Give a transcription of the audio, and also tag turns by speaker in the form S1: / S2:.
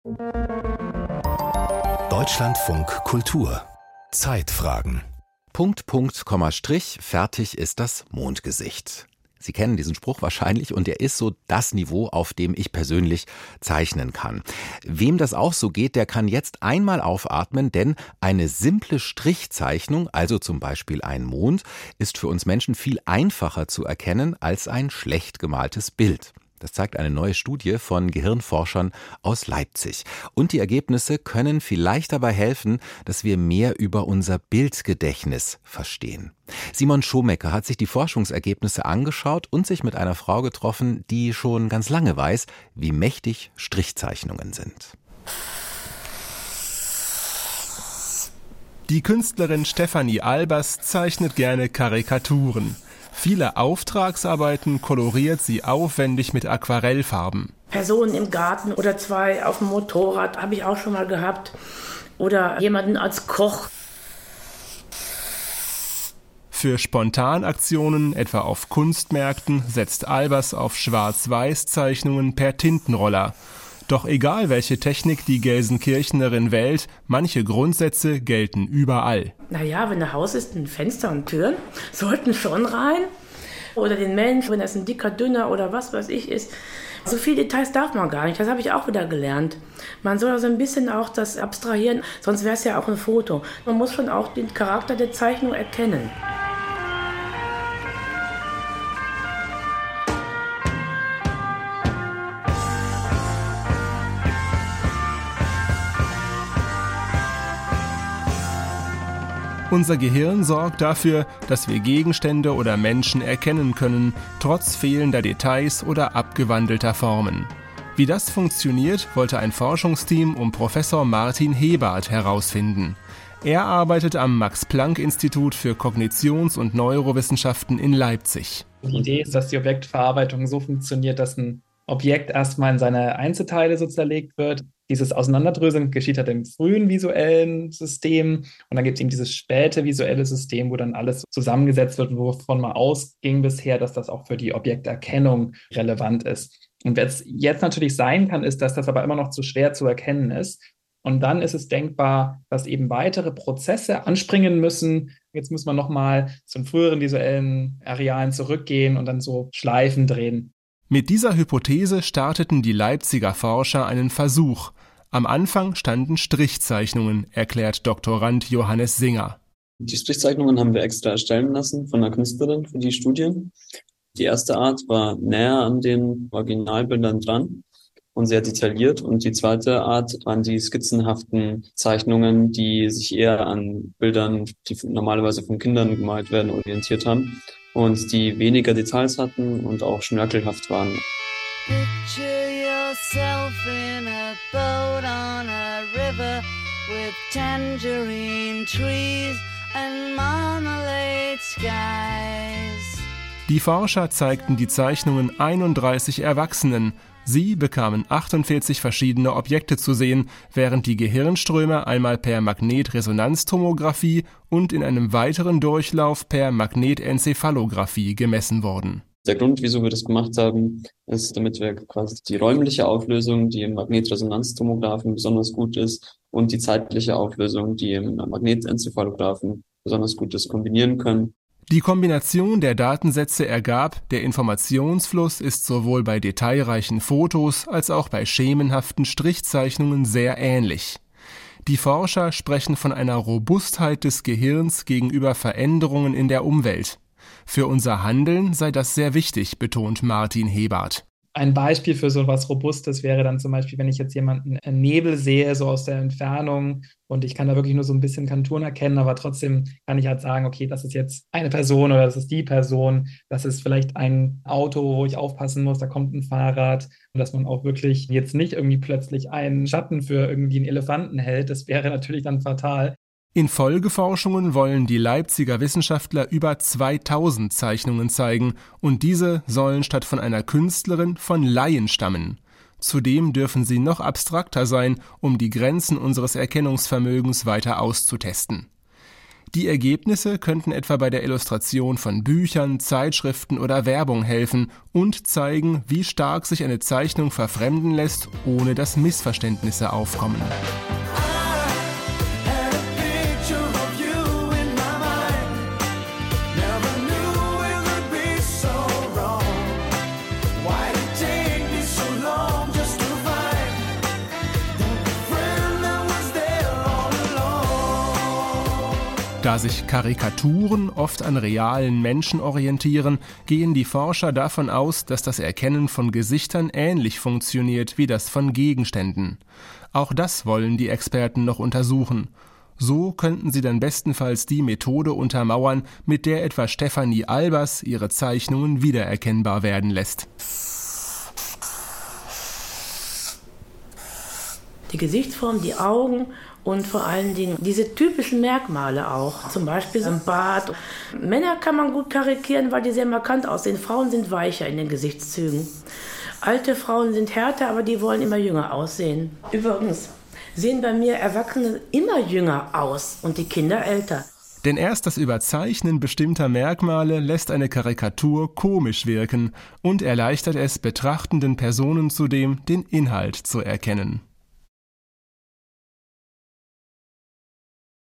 S1: Deutschlandfunk Kultur. Zeitfragen.
S2: Punkt, Punkt, Komma, Strich, fertig ist das Mondgesicht. Sie kennen diesen Spruch wahrscheinlich und er ist so das Niveau, auf dem ich persönlich zeichnen kann. Wem das auch so geht, der kann jetzt einmal aufatmen, denn eine simple Strichzeichnung, also zum Beispiel ein Mond, ist für uns Menschen viel einfacher zu erkennen als ein schlecht gemaltes Bild. Das zeigt eine neue Studie von Gehirnforschern aus Leipzig. Und die Ergebnisse können vielleicht dabei helfen, dass wir mehr über unser Bildgedächtnis verstehen. Simon Schomecker hat sich die Forschungsergebnisse angeschaut und sich mit einer Frau getroffen, die schon ganz lange weiß, wie mächtig Strichzeichnungen sind.
S3: Die Künstlerin Stefanie Albers zeichnet gerne Karikaturen. Viele Auftragsarbeiten koloriert sie aufwendig mit Aquarellfarben.
S4: Personen im Garten oder 2 auf dem Motorrad habe ich auch schon mal gehabt. Oder jemanden als Koch.
S3: Für Spontanaktionen, etwa auf Kunstmärkten, setzt Albers auf Schwarz-Weiß-Zeichnungen per Tintenroller. Doch egal, welche Technik die Gelsenkirchenerin wählt, manche Grundsätze gelten überall.
S4: Naja, wenn ein Haus ist, ein Fenster und Türen sollten schon rein. Oder den Mensch, wenn das ein dicker, dünner oder was weiß ich ist. So viele Details darf man gar nicht, das habe ich auch wieder gelernt. Man soll also ein bisschen auch das abstrahieren, sonst wäre es ja auch ein Foto. Man muss schon auch den Charakter der Zeichnung erkennen.
S3: Unser Gehirn sorgt dafür, dass wir Gegenstände oder Menschen erkennen können, trotz fehlender Details oder abgewandelter Formen. Wie das funktioniert, wollte ein Forschungsteam um Professor Martin Hebart herausfinden. Er arbeitet am Max-Planck-Institut für Kognitions- und Neurowissenschaften in Leipzig.
S5: Die Idee ist, dass die Objektverarbeitung so funktioniert, dass ein Objekt erstmal in seine Einzelteile so zerlegt wird. Dieses Auseinanderdröseln geschieht halt im frühen visuellen System und dann gibt es eben dieses späte visuelle System, wo dann alles zusammengesetzt wird, wovon man ausging bisher, dass das auch für die Objekterkennung relevant ist. Und was jetzt natürlich sein kann, ist, dass das aber immer noch zu schwer zu erkennen ist. Und dann ist es denkbar, dass eben weitere Prozesse anspringen müssen. Jetzt muss man nochmal zu den früheren visuellen Arealen zurückgehen und dann so Schleifen drehen.
S3: Mit dieser Hypothese starteten die Leipziger Forscher einen Versuch. Am Anfang standen Strichzeichnungen, erklärt Doktorand Johannes Singer.
S6: Die Strichzeichnungen haben wir extra erstellen lassen von einer Künstlerin für die Studie. Die erste Art war näher an den Originalbildern dran und sehr detailliert. Und die zweite Art waren die skizzenhaften Zeichnungen, die sich eher an Bildern, die normalerweise von Kindern gemalt werden, orientiert haben. Und die weniger Details hatten und auch schnörkelhaft waren.
S7: Picture yourself in a boat on a river with tangerine trees and marmalade skies.
S3: Die Forscher zeigten die Zeichnungen 31 Erwachsenen. Sie bekamen 48 verschiedene Objekte zu sehen, während die Gehirnströme einmal per Magnetresonanztomographie und in einem weiteren Durchlauf per Magnetenzephalografie gemessen wurden.
S6: Der Grund, wieso wir das gemacht haben, ist, damit wir quasi die räumliche Auflösung, die im Magnetresonanztomographen besonders gut ist, und die zeitliche Auflösung, die im Magnetenzephalographen besonders gut ist, kombinieren können.
S3: Die Kombination der Datensätze ergab, der Informationsfluss ist sowohl bei detailreichen Fotos als auch bei schemenhaften Strichzeichnungen sehr ähnlich. Die Forscher sprechen von einer Robustheit des Gehirns gegenüber Veränderungen in der Umwelt. Für unser Handeln sei das sehr wichtig, betont Martin Hebart.
S5: Ein Beispiel für so was Robustes wäre dann zum Beispiel, wenn ich jetzt jemanden Nebel sehe, so aus der Entfernung, und ich kann da wirklich nur so ein bisschen Konturen erkennen, aber trotzdem kann ich halt sagen, okay, das ist jetzt eine Person oder das ist die Person, das ist vielleicht ein Auto, wo ich aufpassen muss, da kommt ein Fahrrad, und dass man auch wirklich jetzt nicht irgendwie plötzlich einen Schatten für irgendwie einen Elefanten hält, das wäre natürlich dann fatal.
S3: In Folgeforschungen wollen die Leipziger Wissenschaftler über 2000 Zeichnungen zeigen und diese sollen statt von einer Künstlerin von Laien stammen. Zudem dürfen sie noch abstrakter sein, um die Grenzen unseres Erkennungsvermögens weiter auszutesten. Die Ergebnisse könnten etwa bei der Illustration von Büchern, Zeitschriften oder Werbung helfen und zeigen, wie stark sich eine Zeichnung verfremden lässt, ohne dass Missverständnisse aufkommen. Da sich Karikaturen oft an realen Menschen orientieren, gehen die Forscher davon aus, dass das Erkennen von Gesichtern ähnlich funktioniert wie das von Gegenständen. Auch das wollen die Experten noch untersuchen. So könnten sie dann bestenfalls die Methode untermauern, mit der etwa Stefanie Albers ihre Zeichnungen wiedererkennbar werden lässt.
S4: Die Gesichtsform, die Augen und vor allen Dingen diese typischen Merkmale auch. Zum Beispiel ein Bart. Männer kann man gut karikieren, weil die sehr markant aussehen. Frauen sind weicher in den Gesichtszügen. Alte Frauen sind härter, aber die wollen immer jünger aussehen. Übrigens sehen bei mir Erwachsene immer jünger aus und die Kinder älter.
S3: Denn erst das Überzeichnen bestimmter Merkmale lässt eine Karikatur komisch wirken und erleichtert es betrachtenden Personen zudem, den Inhalt zu erkennen.